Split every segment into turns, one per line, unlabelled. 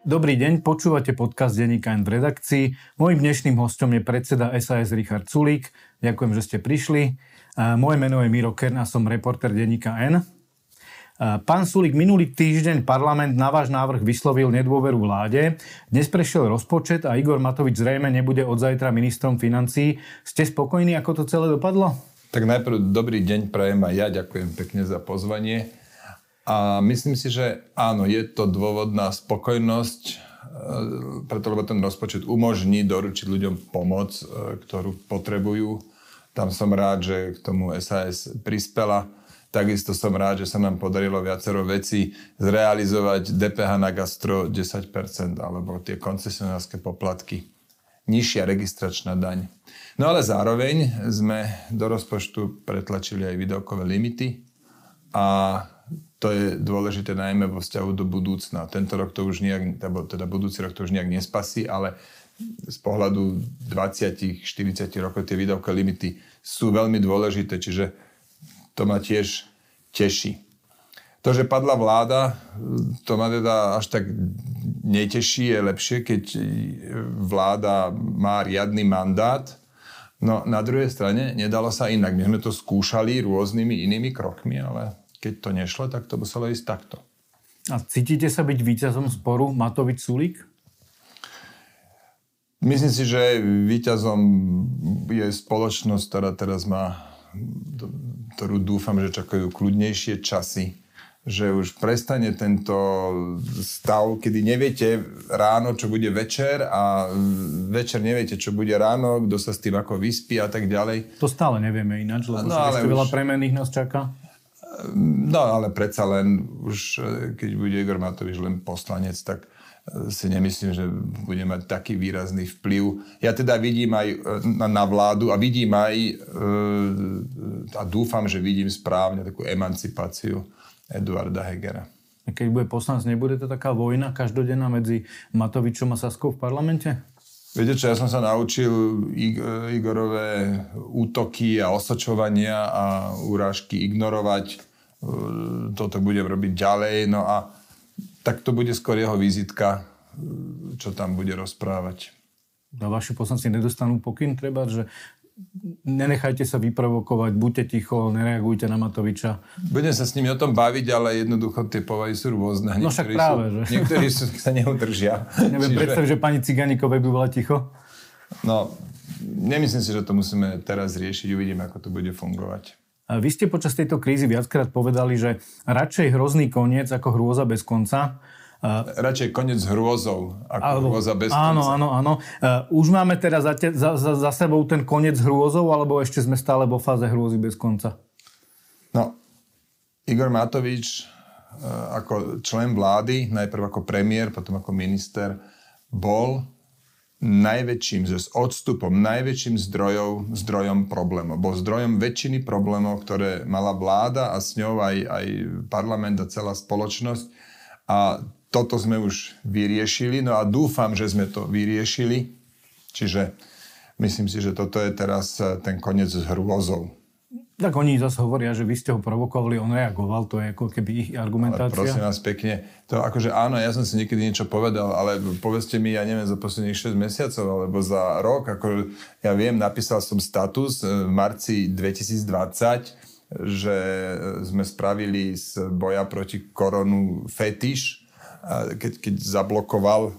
Dobrý deň, počúvate podcast Denníka N v redakcii. Mojím dnešným hostom je predseda SAS Richard Sulík. Ďakujem, že ste prišli. Moje meno je Miro Kern a som reportér Denníka N. Pán Sulík, minulý týždeň parlament na váš návrh vyslovil nedôveru vláde. Dnes prešiel rozpočet a Igor Matovič zrejme nebude od zajtra ministrom financií. Ste spokojní, ako to celé dopadlo?
Tak najprv dobrý deň prajem aj ja. Ďakujem pekne za pozvanie. A myslím si, že áno, je to dôvod na spokojnosť, preto lebo ten rozpočet umožní doručiť ľuďom pomoc, ktorú potrebujú. Tam som rád, že k tomu SAS prispela. Takisto som rád, že sa nám podarilo viacero vecí zrealizovať. DPH na gastro 10%, alebo tie koncesionárske poplatky. Nižšia registračná daň. No ale zároveň sme do rozpočtu pretlačili aj výdavkové limity a to je dôležité najmä vo vzťahu do budúcna. Tento rok to už nejak, teda budúci rok to už nejak nespasí, ale z pohľadu 20-40 rokov tie výdavkové limity sú veľmi dôležité, čiže to ma tiež teší. To, že padla vláda, to ma teda až tak neteší, je lepšie, keď vláda má riadny mandát. No na druhej strane nedalo sa inak. My sme to skúšali rôznymi inými krokmi, ale keď to nešlo, tak to muselo ísť takto.
A cítite sa byť víťazom sporu Matovič-Sulík?
Myslím si, že víťazom je spoločnosť, ktorá teraz má, ktorú dúfam, že čakajú kľudnejšie časy. Že už prestane tento stav, kedy neviete ráno, čo bude večer a večer neviete, čo bude ráno, kto sa s tým ako vyspí a tak ďalej.
To stále nevieme ináč, lebo ešte veľa premenných nás čaká.
No ale predsa len už, keď bude Igor Matovič len poslanec, tak si nemyslím, že bude mať taký výrazný vplyv. Ja teda vidím aj na vládu a vidím aj a dúfam, že vidím správne takú emancipáciu Eduarda Hegera.
A keď bude poslanec, nebude to taká vojna každodenná medzi Matovičom a Saskou v parlamente?
Viete čo, ja som sa naučil Igorové útoky a osočovania a urážky ignorovať. Toto budem robiť ďalej. No a tak to bude skôr jeho vizitka, čo tam bude rozprávať.
A vaši poslanci nedostanú pokyn, treba, že nenechajte sa vyprovokovať, buďte ticho, nereagujte na Matoviča.
Budem sa s nimi o tom baviť, ale jednoducho tie povahy sú rôzne.
No však práve, že?
Niektorí sa neudržia.
Neviem predstaviť, že pani Ciganíkovej by bola ticho.
No, nemyslím si, že to musíme teraz riešiť. Uvidíme, ako to bude fungovať.
Vy ste počas tejto krízy viackrát povedali, že radšej hrozný koniec ako hrôza bez konca.
Radšej koniec hrôzou ako hrôza bez konca.
Áno. Už máme teda za sebou ten koniec hrôzou, alebo ešte sme stále vo fáze hrôzy bez konca?
No, Igor Matovič ako člen vlády, najprv ako premiér, potom ako minister, bol najväčším, s odstupom, najväčším zdrojom problémov. Bol zdrojom väčšiny problémov, ktoré mala vláda a s ňou aj parlament a celá spoločnosť. A toto sme už vyriešili, no a dúfam, že sme to vyriešili. Čiže myslím si, že toto je teraz ten koniec s hrôzou.
Tak oni zase hovoria, že vy ste ho provokovali, on reagoval, to je ako keby ich argumentácia.
Ale prosím vás pekne, to akože áno, ja som si niekedy niečo povedal, ale povedzte mi, ja neviem, za posledných 6 mesiacov, alebo za rok, ako ja viem, napísal som status v marci 2020, že sme spravili z boja proti koronu fetiš, keď zablokoval,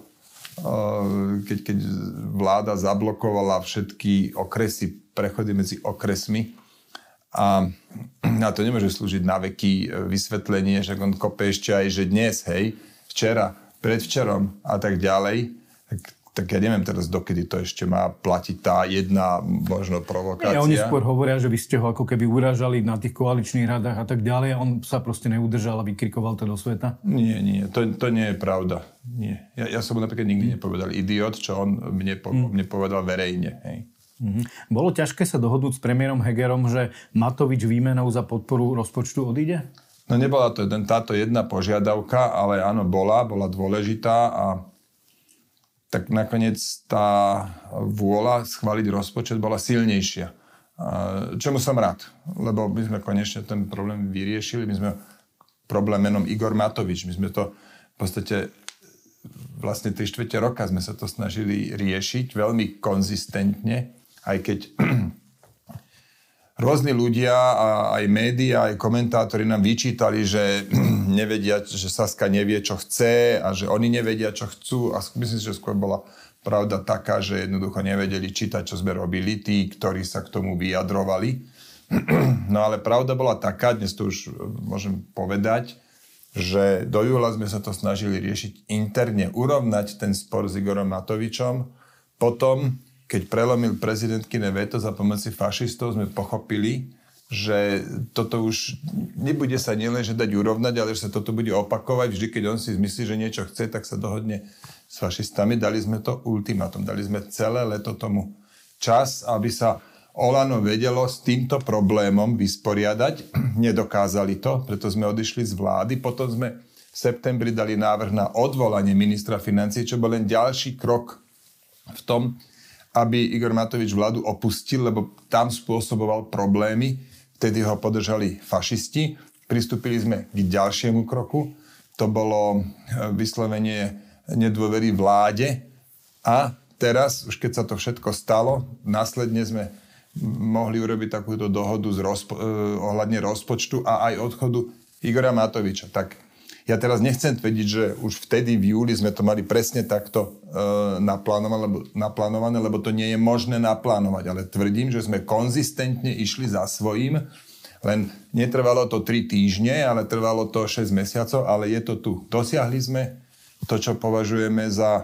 keď vláda zablokovala všetky okresy, prechody medzi okresmi a na to nemôže slúžiť na veky vysvetlenie, že on kope ešte aj, že dnes, hej, včera, predvčerom a tak ďalej, tak ja neviem teraz, dokedy to ešte má platiť tá jedna možno provokácia.
Nie, oni skôr hovoria, že vy ste ho ako keby urážali na tých koaličných radách a tak ďalej a on sa proste neudržal a vykrikoval to do sveta.
Nie, to nie je pravda. Nie. Ja som mu napríklad nikdy nepovedal idiot, čo on mne povedal verejne. Hej.
Bolo ťažké sa dohodnúť s premiérom Hegerom, že Matovič výmenou za podporu rozpočtu odíde?
No nebola to táto jedna požiadavka, ale áno, bola dôležitá a tak nakoniec tá vôľa schváliť rozpočet bola silnejšia. Čomu som rád, lebo my sme konečne ten problém vyriešili. My sme problém menom Igor Matovič. My sme to v podstate vlastne 3/4 roka sme sa to snažili riešiť veľmi konzistentne, aj keď rôzni ľudia, a aj médiá, aj komentátori nám vyčítali, že nevedia, že Saska nevie, čo chce a že oni nevedia, čo chcú. A myslím si, že skôr bola pravda taká, že jednoducho nevedeli čítať, čo sme robili, tí, ktorí sa k tomu vyjadrovali. No ale pravda bola taká, dnes to už môžem povedať, že do júla sme sa to snažili riešiť interne, urovnať ten spor s Igorom Matovičom. Potom, keď prelomil prezidentkine veto za pomoci fašistov, sme pochopili, že toto už nebude sa nielenže dať urovnať, ale že sa toto bude opakovať. Vždy, keď on si myslí, že niečo chce, tak sa dohodne s fašistami. Dali sme to ultimátum. Dali sme celé leto tomu čas, aby sa Olano vedelo s týmto problémom vysporiadať. Nedokázali to, preto sme odišli z vlády. Potom sme v septembri dali návrh na odvolanie ministra financií, čo bol len ďalší krok v tom, aby Igor Matovič vládu opustil, lebo tam spôsoboval problémy. Vtedy ho podržali fašisti. Pristúpili sme k ďalšiemu kroku. To bolo vyslovenie nedôvery vláde. A teraz, už keď sa to všetko stalo, následne sme mohli urobiť takúto dohodu ohľadne rozpočtu a aj odchodu Igora Matoviča. Tak ja teraz nechcem tvrdiť, že už vtedy v júli sme to mali presne takto naplánované, lebo to nie je možné naplánovať. Ale tvrdím, že sme konzistentne išli za svojím, len netrvalo to 3 týždne, ale trvalo to 6 mesiacov, ale je to tu. Dosiahli sme to, čo považujeme za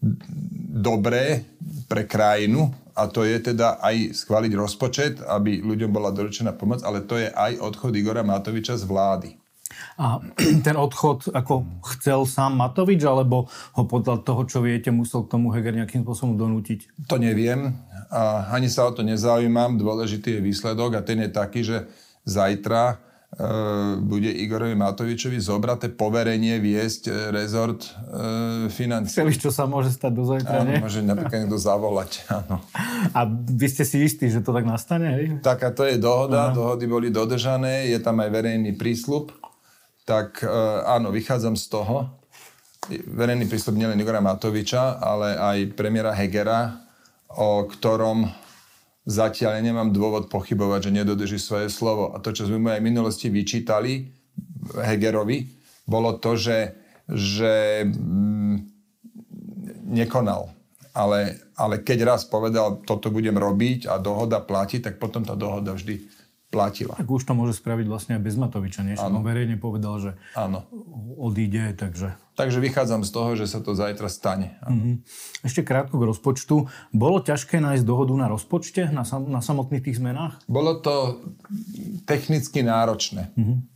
dobré pre krajinu, a to je teda aj schváliť rozpočet, aby ľuďom bola doručená pomoc, ale to je aj odchod Igora Matoviča z vlády.
A ten odchod ako chcel sám Matovič, alebo ho podľa toho, čo viete, musel k tomu Heger nejakým spôsobom donútiť?
To neviem. A ani sa o to nezaujímam. Dôležitý je výsledok a ten je taký, že zajtra bude Igorovi Matovičovi zobraté poverenie viesť rezort financií.
Chceli, čo sa môže stať do zajtra, nie?
Môže napríklad niekto zavolať, áno.
A vy ste si istí, že to tak nastane, hej?
Taká to je dohoda, dohody boli dodržané, je tam aj verejný prísľub. Tak áno, vychádzam z toho. Verejný prísľub nielen Igora Matoviča, ale aj premiéra Hegera, o ktorom zatiaľ nemám dôvod pochybovať, že nedodrží svoje slovo. A to, čo sme mu aj v minulosti vyčítali Hegerovi, bolo to, že nekonal. Ale keď raz povedal, toto budem robiť a dohoda platí, tak potom tá dohoda vždy platila.
Tak už to môže spraviť vlastne aj bez Matoviča, nie? On verejne povedal, že odíde, takže...
Takže vychádzam z toho, že sa to zajtra stane.
Ešte krátko k rozpočtu. Bolo ťažké nájsť dohodu na rozpočte, na samotných tých zmenách?
Bolo to technicky náročné.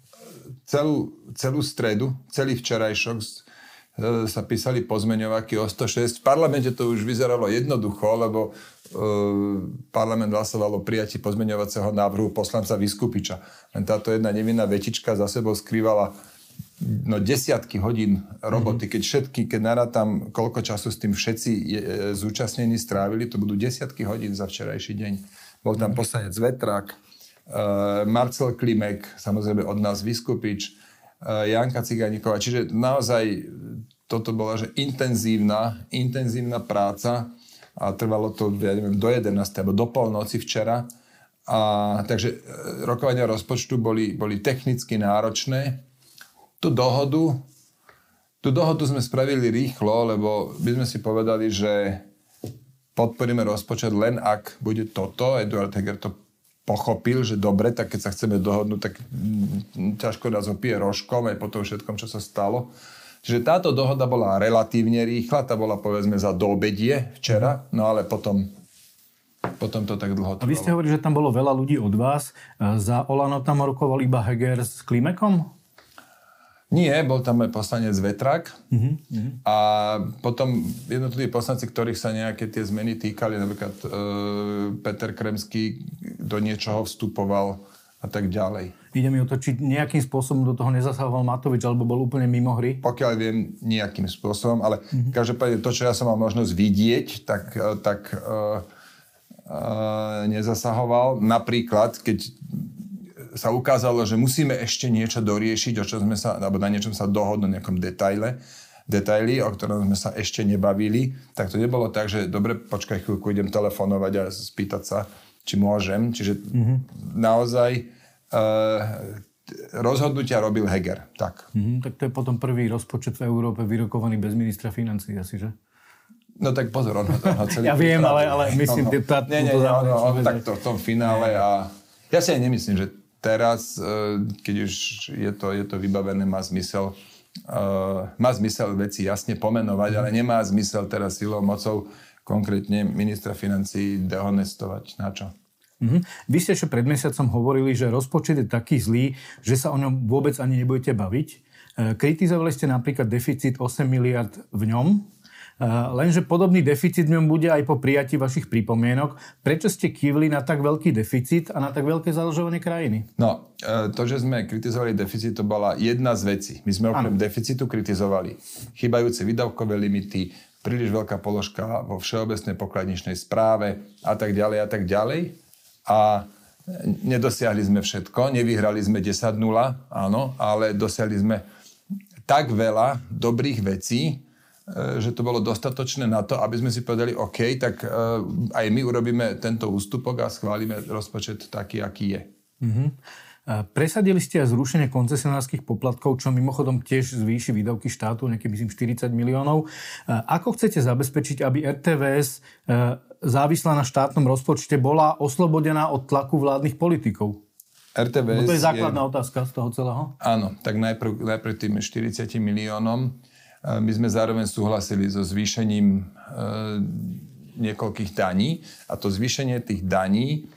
Celú stredu, celý včerajšok sa písali pozmeňováky o 106. V parlamente to už vyzeralo jednoducho, lebo parlament hlasoval o prijatí pozmeňovacieho návrhu poslanca Viskupiča. Len táto jedna nevinná vetička za sebou skrývala desiatky hodín roboty. Keď narátam, koľko času s tým všetci zúčastnení strávili, to budú desiatky hodín za včerajší deň. Bol tam poslanec Vetrák, Marcel Klimek, samozrejme od nás Viskupič, Janka Ciganíková. Čiže naozaj toto bola že intenzívna práca a trvalo to, ja neviem, do 11. alebo do polnoci včera. Takže rokovania rozpočtu boli technicky náročné. Tú dohodu sme spravili rýchlo, lebo by sme si povedali, že podporíme rozpočet len ak bude toto. Eduard Heger to pochopil, že dobre, tak keď sa chceme dohodnúť, tak ťažko nás opije rožkom aj po tom všetkom, čo sa stalo. Čiže táto dohoda bola relatívne rýchla, tá bola povedzme za doobedie včera, no ale potom to tak dlho trvalo.
A vy ste hovorili, že tam bolo veľa ľudí od vás. Za Olano tam rokoval iba Heger s Klimekom?
Nie, bol tam aj poslanec Vetrák. A potom jednotliví poslanci, ktorých sa nejaké tie zmeny týkali, napríklad Peter Kremský do niečoho vstupoval a tak ďalej.
Ide mi o to, či nejakým spôsobom do toho nezasahoval Matovič, alebo bol úplne mimo hry?
Pokiaľ viem, nejakým spôsobom, ale každopádne to, čo ja som mal možnosť vidieť, tak nezasahoval. Napríklad, keď sa ukázalo, že musíme ešte niečo doriešiť, alebo na niečom sa dohodnúť, na nejakom detaile, detaily, o ktorom sme sa ešte nebavili, tak to nebolo tak, že dobre, počkaj chvíľku, idem telefonovať a spýtať sa, či môžem. Čiže naozaj rozhodnutia robil Heger. Tak.
Tak to je potom prvý rozpočet v Európe vyrokovaný bez ministra financií asi, že?
No tak pozor, on ho celý...
Ja viem, ale myslím...
On takto v tom finále a ja si aj nemyslím, že teraz, keď už je to vybavené, má zmysel veci jasne pomenovať, ale nemá zmysel teraz silou, mocou konkrétne ministra financií dehonestovať. Na čo?
Vy ste ešte pred mesiacom hovorili, že rozpočet je taký zlý, že sa o ňom vôbec ani nebudete baviť. Kritizovali ste napríklad deficit 8 miliard v ňom, lenže podobný deficit v ňom bude aj po prijatí vašich pripomienok. Prečo ste kývli na tak veľký deficit a na tak veľké zadlžovanie krajiny?
No, to, že sme kritizovali deficit, to bola jedna z vecí. My sme okrem deficitu kritizovali chýbajúce výdavkové limity, príliš veľká položka vo všeobecnej pokladničnej správe a tak ďalej a tak ďalej. A nedosiahli sme všetko, nevyhrali sme 10-0, áno, ale dosiahli sme tak veľa dobrých vecí, že to bolo dostatočné na to, aby sme si povedali, OK, tak aj my urobíme tento ústupok a schválime rozpočet taký, aký je.
Presadili ste aj zrušenie koncesionárskych poplatkov, čo mimochodom tiež zvýši výdavky štátu, nejaké myslím 40 miliónov. Ako chcete zabezpečiť, aby RTVS závislá na štátnom rozpočte bola oslobodená od tlaku vládnych politikov?
RTVS
to je základná otázka z toho celého.
Áno, tak najprv tým 40 miliónom. My sme zároveň súhlasili so zvýšením niekoľkých daní a to zvýšenie tých daní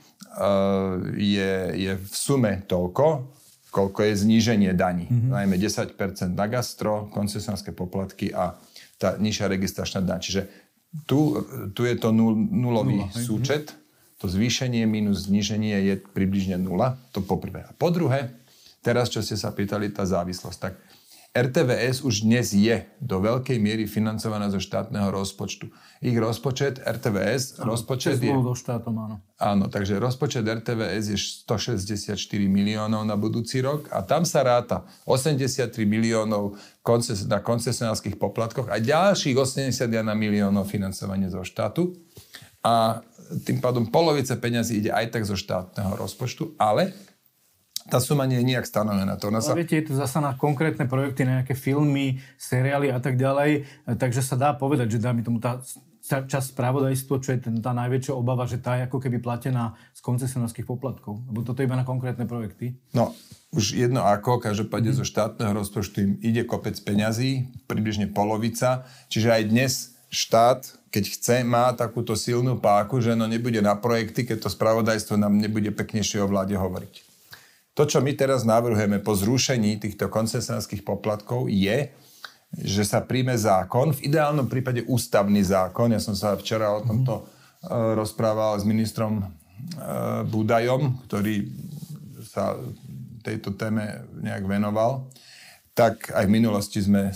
je v sume toľko, koľko je zníženie daní. Najmä 10% na gastro, koncesionárske poplatky a tá nižšia registračná daň. Čiže tu je to nulový súčet. To zvýšenie minus zníženie je približne nula. To po prvé. A po druhé, teraz, čo ste sa pýtali, tá závislosť. Tak RTVS už dnes je do veľkej miery financovaná zo štátneho rozpočtu. Ich rozpočet RTVS, rozpočet je...
do štátom, áno.
Áno, takže rozpočet RTVS je 164 miliónov na budúci rok a tam sa ráta 83 miliónov na koncesionárskych poplatkoch a ďalších 81 miliónov financovanie zo štátu. A tým pádom polovica peňazí ide aj tak zo štátneho rozpočtu, ale tá suma nie je nijak stanovená.
Viete, je to zasa na konkrétne projekty, na nejaké filmy, seriály a tak ďalej, takže sa dá povedať, že dáme tomu tá časť spravodajstva, čo je tá najväčšia obava, že tá je ako keby platená z koncesionárskych poplatkov. Lebo toto je iba na konkrétne projekty.
No, už jedno ako, každopádne zo štátneho rozpočtu im ide kopec peňazí, približne polovica, čiže aj dnes štát, keď chce, má takúto silnú páku, že nebude na projekty, keď to spravodajstvo nám nebude peknejšie o vláde hovoriť. To, čo my teraz navrhujeme po zrušení týchto koncesionárskych poplatkov je, že sa príjme zákon, v ideálnom prípade ústavný zákon. Ja som sa včera o tomto rozprával s ministrom Budajom, ktorý sa tejto téme nejak venoval. Tak aj v minulosti mali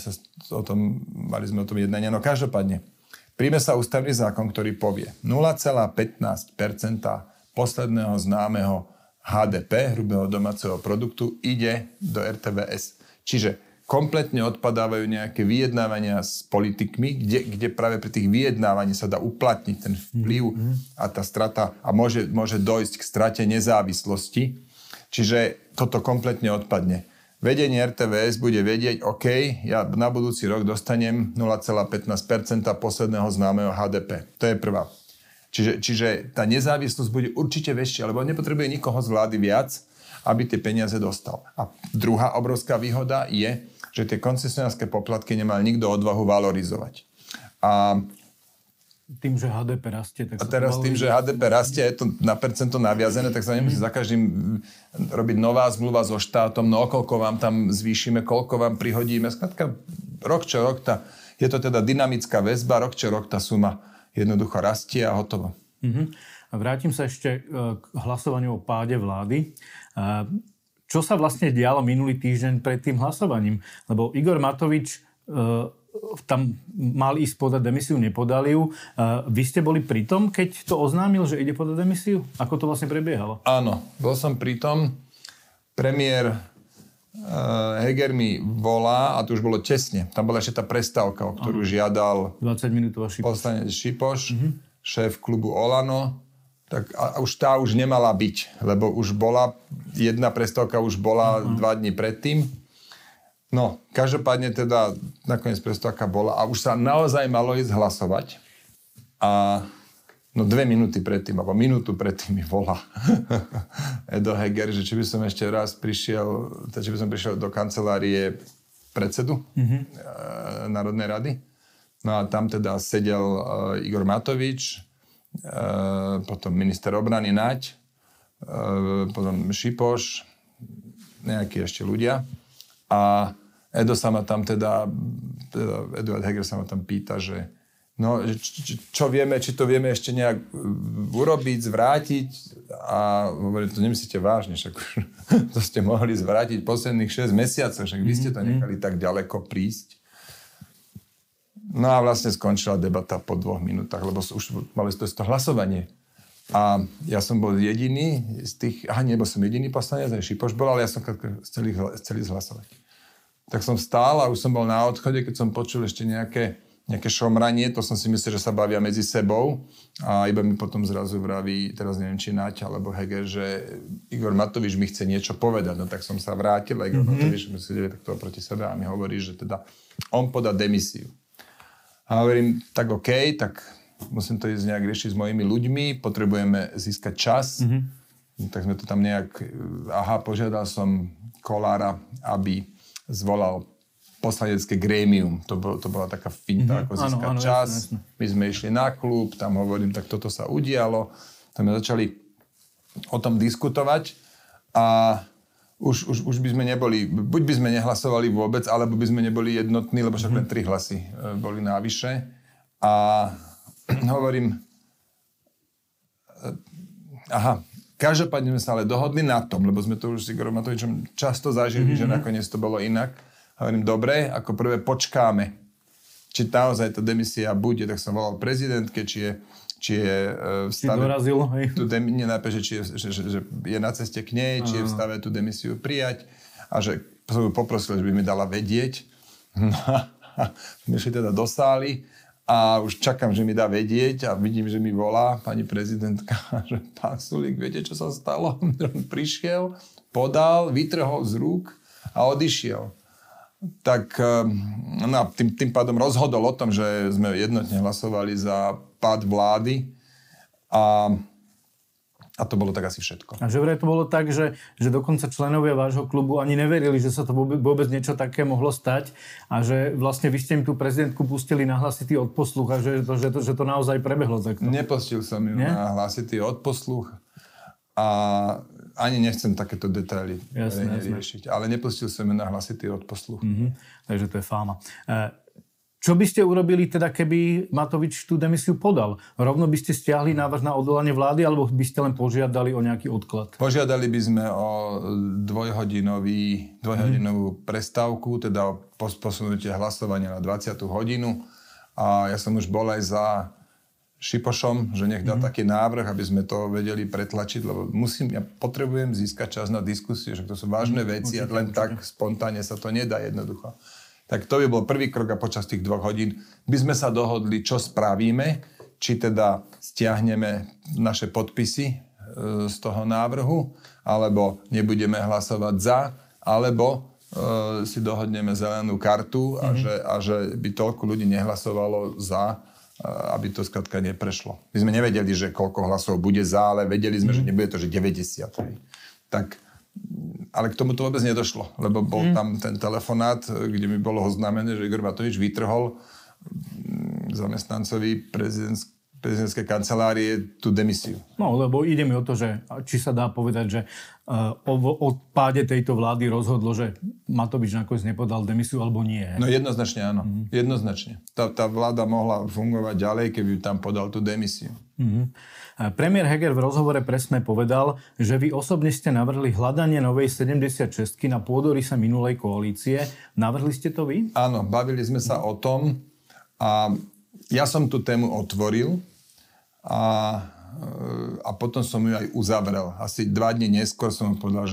sme o tom jednanie. No každopádne, príjme sa ústavný zákon, ktorý povie 0,15% posledného známeho HDP, hrubého domáceho produktu, ide do RTVS. Čiže kompletne odpadávajú nejaké vyjednávania s politikmi, kde práve pri tých vyjednávaní sa dá uplatniť ten vplyv a tá strata a môže dojsť k strate nezávislosti. Čiže toto kompletne odpadne. Vedenie RTVS bude vedieť, OK, ja na budúci rok dostanem 0,15% posledného známeho HDP. To je prvá. Čiže tá nezávislosť bude určite väčšia, lebo nepotrebuje nikoho z vlády viac, aby tie peniaze dostal. A druhá obrovská výhoda je, že tie koncesionárske poplatky nemal nikto odvahu valorizovať. A
tým, že HDP rastie. Tak
a teraz tým, že HDP rastie, je to na percento naviazené, tak sa nemusí za každým robiť nová zmluva so štátom, no koľko vám tam zvýšime, koľko vám prihodíme. Skladka, rok čo rok, je to teda dynamická väzba, rok čo rok tá suma jednoducho rastie a hotovo.
A vrátim sa ešte k hlasovaniu o páde vlády. Čo sa vlastne dialo minulý týždeň pred tým hlasovaním? Lebo Igor Matovič tam mal ísť podať demisiu, nepodali ju. Vy ste boli pri tom, keď to oznámil, že ide podať demisiu? Ako to vlastne prebiehalo?
Áno, bol som pri tom. Premiér Heger mi volá, a to už bolo tesne. Tam bola ešte tá prestávka, o ktorú žiadal
20 minútová Šipoš.
Poslanec Šipoš, šéf klubu Olano. Tak a už nemala byť, lebo už bola, jedna prestávka už bola 2 dní predtým. No, každopádne teda nakoniec prestávka bola a už sa naozaj malo ísť hlasovať. A 2 minúty predtým, alebo minútu predtým mi volá Edo Heger, že či by som ešte raz prišiel do kancelárie predsedu Národnej rady. No a tam teda sedel Igor Matovič, potom minister obrany Naď, potom Šipoš, nejakí ešte ľudia. A Edo sa ma tam Eduard Heger sa ma tam pýta, že čo vieme, či to vieme ešte nejak urobiť, zvrátiť. A hovorím, to nemyslíte vážne, však to ste mohli zvrátiť posledných 6 mesiacov, však vy ste to nechali tak ďaleko prísť. No a vlastne skončila debata po 2 minútach, lebo už mali to hlasovanie. A ja som bol jediný z tých, nebol som jediný poslanec, aj Šipoš bol, ale ja som chcel hlasovať. Tak som stál a už som bol na odchode, keď som počul ešte nejaké šomranie, to som si myslel, že sa bavia medzi sebou a iba mi potom zrazu vraví, teraz neviem, či Naď alebo Heger, že Igor Matovič mi chce niečo povedať. No tak som sa vrátil a Igor Matovič mi sedeli takto proti sebe a mi hovorí, že teda on podá demisiu. A hovorím, tak OK, tak musím to ísť nejak riešiť s mojimi ľuďmi, potrebujeme získať čas. Tak sme to tam nejak, požiadal som Kollára, aby zvolal poslanecké grémium. To bola taká finta, ako získať čas. Jasne. My sme išli na klub, tam hovorím, tak toto sa udialo. Tam sme začali o tom diskutovať a už by sme neboli, buď by sme nehlasovali vôbec, alebo by sme neboli jednotní, lebo však len 3 hlasy boli návyše. A hovorím, každopádne sme sa ale dohodli na tom, lebo sme to už s Igorom Matovičom často zažili, že nakoniec to bolo inak. Hovorím, dobre, ako prvé počkáme, či naozaj tá demisia bude, tak som volal prezidentke, či je v stave...
Či dorazil, hej.
Či je na ceste k nej, či je v stave tú demisiu prijať a že som ju poprosil, že by mi dala vedieť. No a my šli teda do sály a už čakám, že mi dá vedieť a vidím, že mi volá pani prezidentka, že pán Sulík, viete, čo sa stalo? Prišiel, podal, vytrhol z rúk a odišiel. Tak tým pádom rozhodol o tom, že sme jednotne hlasovali za pád vlády a to bolo tak asi všetko.
A že vraj to bolo tak, že dokonca členovia vášho klubu ani neverili, že sa to vôbec niečo také mohlo stať a že vlastne vy ste im tú prezidentku pustili na hlasitý odposluch a že to naozaj prebehlo takto.
Nepustil som ju na hlasitý odposluch a ani nechcem takéto detaily riešiť. Ale nepustil som ju na hlasitý odposluch.
Takže to je fáma. Čo by ste urobili teda, keby Matovič tú demisiu podal? Rovno by ste stiahli návrh na odvolanie vlády, alebo by ste len požiadali o nejaký odklad?
Požiadali by sme o dvojhodinovú prestávku, teda posunutie hlasovania na 20. hodinu. A ja som už bol aj za Šipošom, že nech dá taký návrh, aby sme to vedeli pretlačiť, lebo ja potrebujem získať čas na diskusiu, že to sú vážne veci a len tak spontánne sa to nedá jednoducho. Tak to by bol prvý krok a počas tých 2 hodín by sme sa dohodli, čo spravíme, či teda stiahneme naše podpisy z toho návrhu, alebo nebudeme hlasovať za, alebo si dohodneme zelenú kartu a že by toľko ľudí nehlasovalo za, aby to skrátka neprešlo. My sme nevedeli, že koľko hlasov bude za, ale vedeli sme, že nebude to, že 90. Tak, ale k tomu to vôbec nedošlo, lebo bol tam ten telefonát, kde mi bolo oznámené, že Igor Matovič vytrhol zamestnancovi prezidentskej kancelárie tú demisiu.
No, lebo ide mi o to, že či sa dá povedať, že o páde tejto vlády rozhodlo, že Matovič nakoniec nepodal demisiu, alebo nie.
No jednoznačne áno. Jednoznačne. Tá vláda mohla fungovať ďalej, keby tam podal tú demisiu.
Premiér Heger v rozhovore pre SME povedal, že vy osobne ste navrhli hľadanie novej 76-ky na pôdoryse minulej koalície. Navrhli ste to vy?
Áno, bavili sme sa o tom a ja som tú tému otvoril a potom som ju aj uzavrel. Asi 2 dni neskôr som mu povedal, že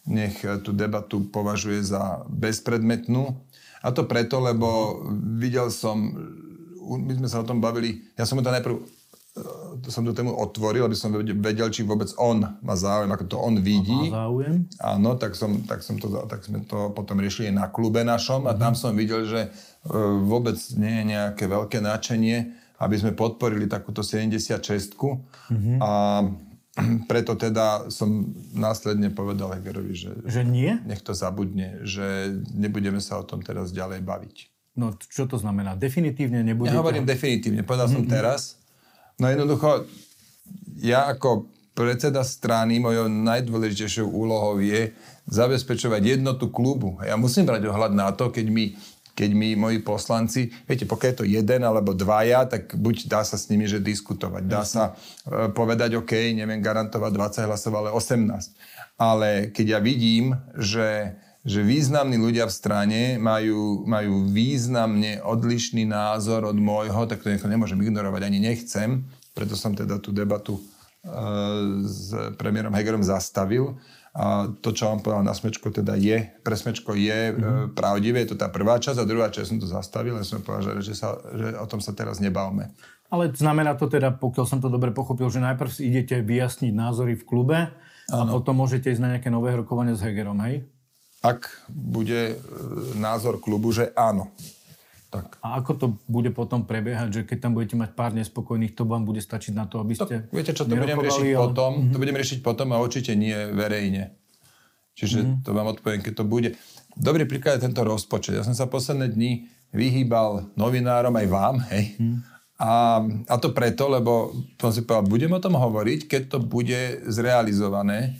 nech tú debatu považuje za bezpredmetnú. A to preto, lebo videl som, my sme sa o tom bavili, ja som mu to najprv som tú tému otvoril, aby som vedel, či vôbec on má záujem, ako to on vidí.
Má záujem?
Áno, tak sme to potom riešili na klube našom a tam som videl, že vôbec nie je nejaké veľké nadšenie, aby sme podporili takúto 76-ku. A preto teda som následne povedal Hegerovi,
že nie?
Nech to zabudne, že nebudeme sa o tom teraz ďalej baviť.
No čo to znamená? Definitívne nebudete?
Ja hovorím definitívne, povedal som teraz. No jednoducho, ja ako predseda strany, mojou najdôležitejšou úlohou je zabezpečovať jednotu klubu. Ja musím brať ohľad na to, keď mi moji poslanci, viete, pokiaľ je to jeden alebo dvaja, tak buď dá sa s nimi že diskutovať, dá sa povedať, OK, neviem garantovať 20 hlasov, ale 18. Ale keď ja vidím, že významní ľudia v strane majú významne odlišný názor od môjho, tak to nemôžem ignorovať, ani nechcem. Preto som teda tú debatu s premiérom Hegerom zastavil. A to, čo vám povedal na Smečko, teda pre Smečko je pravdivé. Je to tá prvá časť a druhá časť som to zastavil. Ja som povedal, že o tom sa teraz nebavme. Ale
znamená to teda, pokiaľ som to dobre pochopil, že najprv idete vyjasniť názory v klube a potom môžete ísť na nejaké nové rokovanie s Hegerom, hej?
Ak bude názor klubu, že áno. Tak.
A ako to bude potom prebiehať, že keď tam budete mať pár nespokojných, to vám bude stačiť na to, aby ste...
Viete čo, to budeme riešiť potom. To budeme riešiť potom a určite nie verejne. Čiže to vám odpoviem, keď to bude. Dobrý príklad je tento rozpočet. Ja som sa posledné dni vyhýbal novinárom aj vám, hej. A to preto, lebo som si povedal, budem o tom hovoriť, keď to bude zrealizované.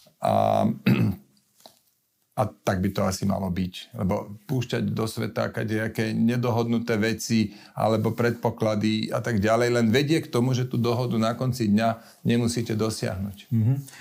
A tak by to asi malo byť. Lebo púšťať do sveta kadejaké nedohodnuté veci alebo predpoklady a tak ďalej len vedie k tomu, že tú dohodu na konci dňa nemusíte dosiahnuť.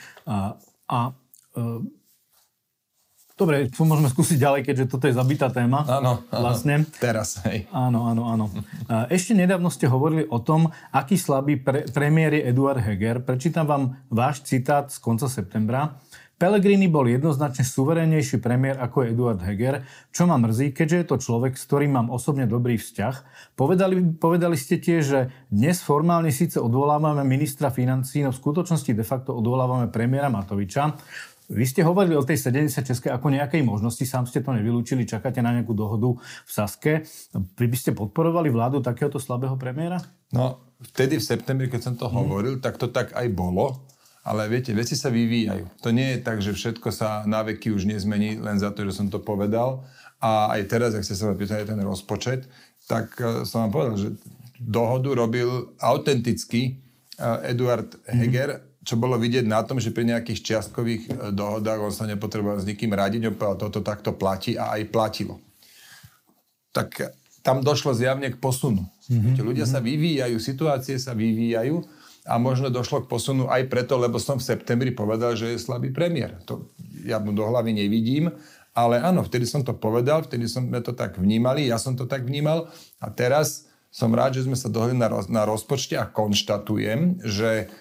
Dobre, tu môžeme skúsiť ďalej, keďže toto je zabitá téma.
Áno,
vlastne.
Teraz, hej.
Áno. Ešte nedávno ste hovorili o tom, aký slabý premiér je Eduard Heger. Prečítam vám váš citát z konca septembra. Pellegrini bol jednoznačne suverénnejší premiér ako je Eduard Heger, čo ma mrzí, keďže je to človek, s ktorým mám osobne dobrý vzťah. Povedali ste tiež, že dnes formálne síce odvolávame ministra financií, no v skutočnosti de facto odvolávame premiéra Matoviča. Vy ste hovorili o tej 76 ako nejakej možnosti, sám ste to nevylúčili, čakáte na nejakú dohodu v Saske. Vy by ste podporovali vládu takéhoto slabého premiéra?
No, vtedy v septembri, keď som to hovoril, tak to tak aj bolo. Ale viete, veci sa vyvíjajú. To nie je tak, že všetko sa na veky už nezmení len za to, že som to povedal. A aj teraz, ak ste sa ma pýtali ten rozpočet, tak som vám povedal, že dohodu robil autenticky Eduard Heger, čo bolo vidieť na tom, že pri nejakých čiastkových dohodách on sa nepotreboval s nikým radiť, on povedal, toto takto platí a aj platilo. Tak tam došlo zjavne k posunu. Viete, ľudia sa vyvíjajú, situácie sa vyvíjajú. A možno došlo k posunu aj preto, lebo som v septembri povedal, že je slabý premiér. To ja mu do hlavy nevidím, ale áno, vtedy som to povedal, vtedy sme to tak vnímali, ja som to tak vnímal a teraz som rád, že sme sa dohodli na rozpočte a konštatujem, že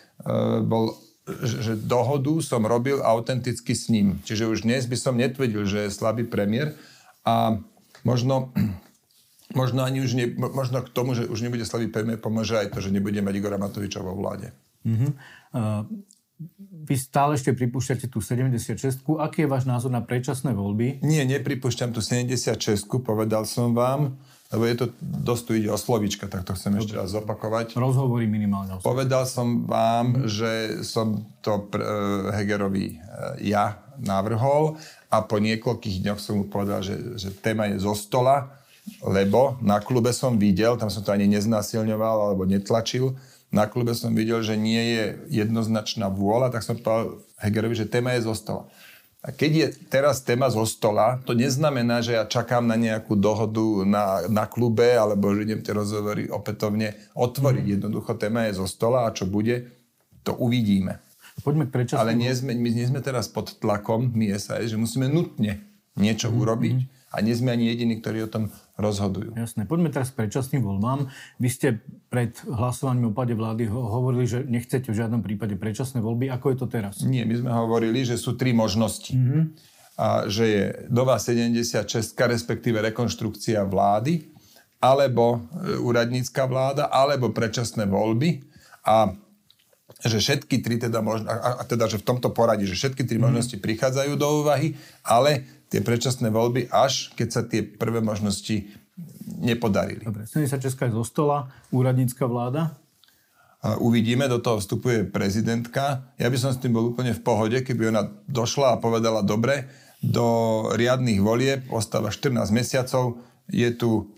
dohodu som robil autenticky s ním. Čiže už dnes by som netvrdil, že je slabý premiér a možno ani už možno k tomu, že už nebude slabý premiér, pomôže aj to, že nebude mať Igora Matoviča vo vláde.
Vy stále ešte pripúšťate tú 76-ku. Aký je váš názor na predčasné voľby?
Nie, nepripúšťam tú 76-ku, povedal som vám, lebo je to, dosť tu ide o slovíčka, tak to chcem ešte raz zopakovať.
Rozhovory minimálne.
Povedal som vám, že som to Hegerovi ja navrhol a po niekoľkých dňoch som mu povedal, že téma je zo stola, lebo na klube som videl, tam som to ani neznásilňoval alebo netlačil, na klube som videl, že nie je jednoznačná vôľa, tak som povedal Hegerovi, že téma je zo stola. A keď je teraz téma zo stola, to neznamená, že ja čakám na nejakú dohodu na klube, alebo že idem tie rozhovory opätovne otvoriť. Jednoducho téma je zo stola a čo bude, to uvidíme.
Poďme k predčasným.
Ale my nie sme teraz pod tlakom, my SAS, že musíme nutne niečo urobiť. a nie sme ani jediní, ktorí o tom rozhodujú.
Jasné. Poďme teraz k predčasným voľbám. Vy ste pred hlasovaním o páde vlády hovorili, že nechcete v žiadnom prípade predčasné voľby. Ako je to teraz?
Nie, my sme hovorili, že sú 3 možnosti. A že je nová 76, respektíve rekonštrukcia vlády, alebo úradnícka vláda, alebo predčasné voľby. A že všetky 3 teda že v tomto poradí, že všetky 3 možnosti prichádzajú do úvahy, ale tie predčasné voľby až keď sa tie prvé možnosti nepodarili.
Dobre, 76 je zo stola, úradnícka vláda?
Uvidíme, do toho vstupuje prezidentka. Ja by som s tým bol úplne v pohode, keby ona došla a povedala, dobre, do riadnych volieb ostáva 14 mesiacov, je tu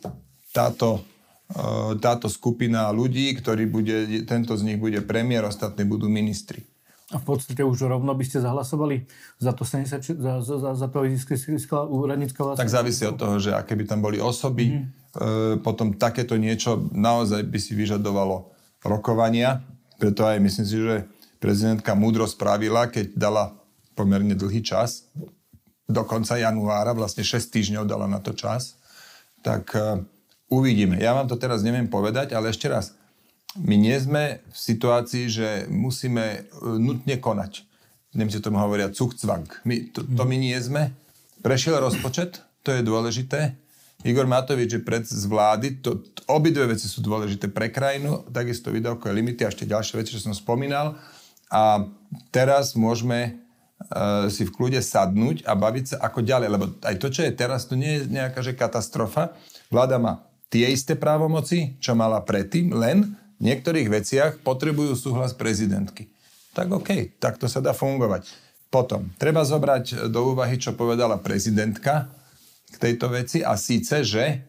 táto skupina ľudí, tento z nich bude premiér, ostatní budú ministri.
A v podstate už rovno by ste zahlasovali za to 76, za to úradnícka vláda?
Tak závisí od toho, že aké by tam boli osoby. Potom takéto niečo naozaj by si vyžadovalo rokovania. Preto aj myslím si, že prezidentka múdro spravila, keď dala pomerne dlhý čas, do konca januára, vlastne 6 týždňov dala na to čas. Tak uvidíme. Ja vám to teraz neviem povedať, ale ešte raz, my nie sme v situácii, že musíme nutne konať. Nemci tomu hovoria Zugzwang. To my nie sme. Prešiel rozpočet, to je dôležité. Igor Matovič je z vlády, obidve veci sú dôležité pre krajinu, takisto výdavkové limity a ešte ďalšie veci, čo som spomínal. A teraz môžeme si v kľude sadnúť a baviť sa ako ďalej, lebo aj to, čo je teraz, to nie je nejaká že katastrofa. Vláda má tie isté právomoci, čo mala predtým, len v niektorých veciach potrebujú súhlas prezidentky. Tak okej, tak to sa dá fungovať. Potom, treba zobrať do úvahy, čo povedala prezidentka k tejto veci a síce, že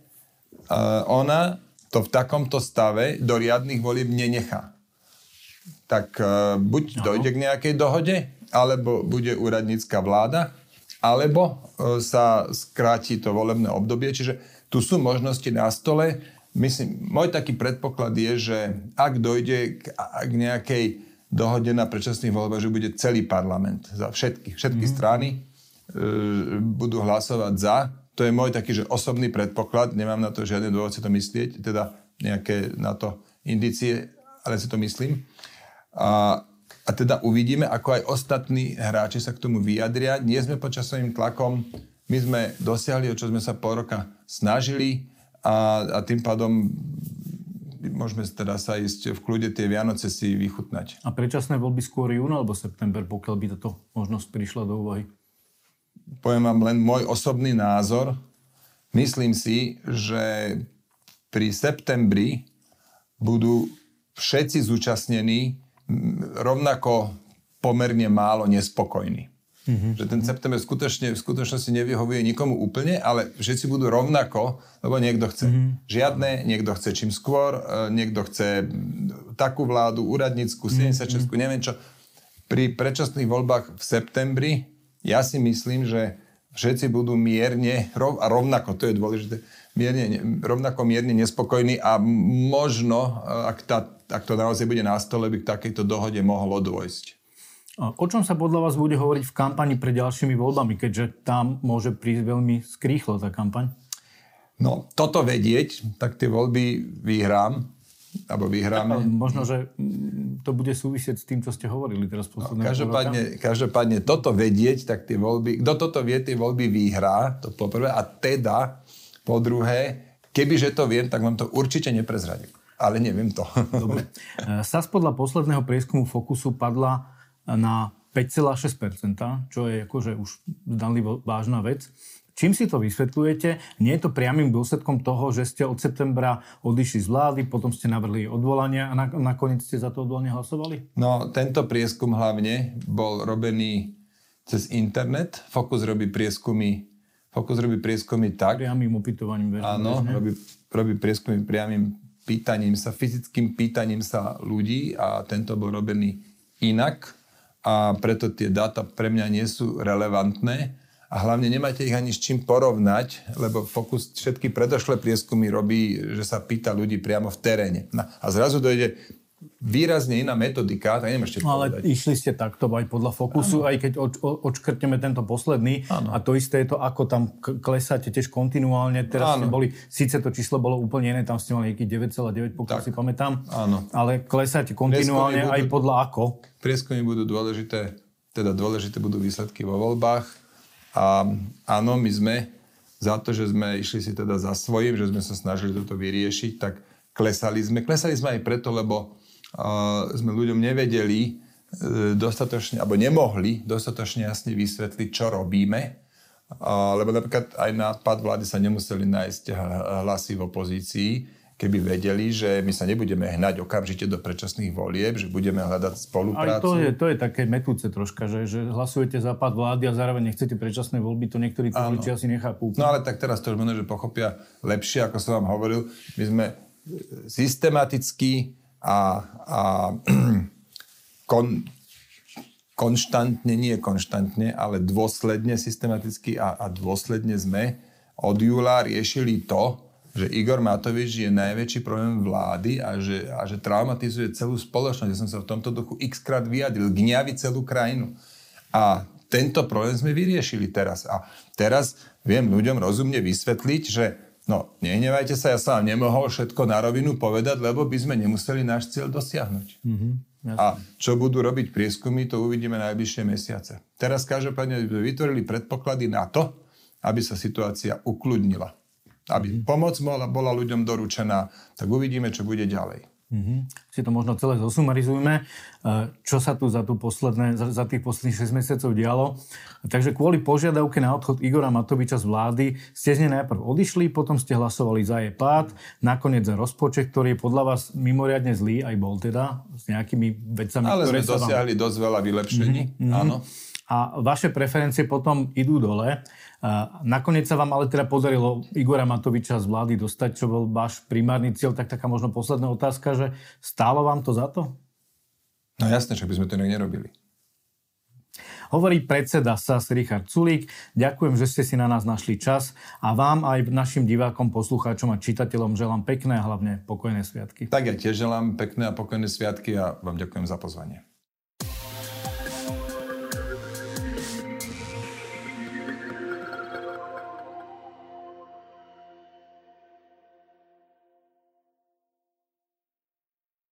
ona to v takomto stave do riadnych volieb nenechá. Tak buď dojde k nejakej dohode, alebo bude úradnícka vláda, alebo sa skráti to volebné obdobie. Čiže tu sú možnosti na stole. Myslím, môj taký predpoklad je, že ak dojde k nejakej dohode na predčasných voľbách, že bude celý parlament za všetky strany budú hlasovať za. To je môj taký, že osobný predpoklad. Nemám na to žiadne dôvod si to myslieť, teda nejaké na to indície, ale si to myslím. A teda uvidíme, ako aj ostatní hráči sa k tomu vyjadria. Nie sme pod časovým tlakom. My sme dosiahli, o čo sme sa pol roka snažili a tým pádom môžeme teda sa ísť v kľude tie Vianoce si vychutnať.
A predčasné voľby skôr júna alebo september, pokiaľ by táto možnosť prišla do úvahy?
Poviem vám len môj osobný názor. Myslím si, že pri septembri budú všetci zúčastnení rovnako pomerne málo nespokojní. Že ten september v skutočnosti nevyhovuje nikomu úplne, ale všetci budú rovnako, lebo niekto chce žiadne, niekto chce čím skôr, niekto chce takú vládu, úradnícku, 76, neviem čo. Pri predčasných voľbách v septembri ja si myslím, že všetci budú mierne, a rovnako, to je dôležité, rovnako mierne nespokojní a možno, ak to naozaj bude na stole, by k takejto dohode mohlo dôjsť.
O čom sa podľa vás bude hovoriť v kampani pred ďalšími voľbami, keďže tam môže prísť veľmi skrýchlo tá kampaň?
No, toto vedieť, tak tie voľby vyhrám, alebo vyhráme.
Možno, že to bude súvisieť s tým, čo ste hovorili teraz posledného
Každopádne toto vedieť, tak tie voľby, kto toto vie, tie voľby vyhrá, to poprvé, a teda po druhé, kebyže to viem, tak vám to určite neprezradím. Ale neviem to.
Dobre. SAS podľa posledného prieskumu Fokusu padla na 5,6%, čo je akože už zdanlivo vážna vec. Čím si to vysvetľujete? Nie je to priamym dôsledkom toho, že ste od septembra odišli z vlády, potom ste navrhli odvolania a nakoniec ste za to odvolanie hlasovali?
No, tento prieskum hlavne bol robený cez internet. Fokus robí prieskumy tak.
Priamým opytovaním.
Áno, robí prieskumy priamým pýtaním sa, fyzickým pýtaním sa ľudí a tento bol robený inak a preto tie dáta pre mňa nie sú relevantné a hlavne nemáte ich ani s čím porovnať, lebo Fokus všetky predošlé prieskumy robí, že sa pýta ľudí priamo v teréne. No, a zrazu dojde výrazne iná metodika, tak neviem ešte povedať.
Ale išli ste takto aj podľa Fokusu, aj keď odškrtneme tento posledný. Ano. A to isté je to, ako tam klesáte tiež kontinuálne. Teraz ste boli, síce to číslo bolo úplne iné, tam ste mali nejaký 9,9, pokiaľ si pamätám.
Áno.
Ale klesáte kontinuálne aj podľa ako.
Prieskumy budú dôležité, dôležité budú výsledky vo voľbách. A áno, my sme za to, že sme išli si teda za svojím, že sme sa snažili toto vyriešiť, tak klesali sme. Klesali sme aj preto, lebo sme ľuďom nevedeli dostatočne, alebo nemohli dostatočne jasne vysvetliť, čo robíme. Lebo napríklad aj na pád vlády sa nemuseli nájsť hlasy v opozícii, keby vedeli, že my sa nebudeme hnať okamžite do predčasných volieb, že budeme hľadať spoluprácu.
Ale to je také metúce troška, že hlasujete za pád vlády a zároveň nechcete predčasné voľby, to niektorí voliči asi nechápu.
No ale tak teraz to už možno, že pochopia lepšie, ako som vám hovoril. My sme systematicky a konštantne, ale dôsledne, systematicky a dôsledne sme od júla riešili to, že Igor Matovič je najväčší problém vlády a že traumatizuje celú spoločnosť. Ja som sa v tomto duchu x-krát vyjadril, gňaví celú krajinu. A tento problém sme vyriešili teraz. A teraz viem ľuďom rozumne vysvetliť, že no, nehnevajte sa, ja som vám nemohol všetko na rovinu povedať, lebo by sme nemuseli náš cieľ dosiahnuť. A čo budú robiť prieskumy, to uvidíme najbližšie mesiace. Teraz každopádne vytvorili predpoklady na to, aby sa situácia ukludnila. Aby pomoc bola ľuďom doručená, tak uvidíme, čo bude ďalej.
Si to možno celé zosumarizujme, čo sa tu za tých posledných 6 mesiacov dialo. Takže kvôli požiadavke na odchod Igora Matoviča z vlády ste z nej najprv odišli, potom ste hlasovali za jej pád, nakoniec za rozpočet, ktorý je podľa vás mimoriadne zlý, aj bol teda, s nejakými vecami,
ale
ktoré
sme dosiahli dosť veľa vylepšení, áno.
A vaše preferencie potom idú dole. Nakoniec sa vám ale teda podarilo Igora Matoviča z vlády dostať, čo bol váš primárny cieľ, tak taká možno posledná otázka, že stálo vám to za to?
No jasne, že by sme to inak nerobili.
Hovorí predseda SAS Richard Sulík. Ďakujem, že ste si na nás našli čas a vám aj našim divákom, poslucháčom a čitateľom želám pekné a hlavne pokojné sviatky.
Tak ja tiež želám pekné a pokojné sviatky a vám ďakujem za pozvanie.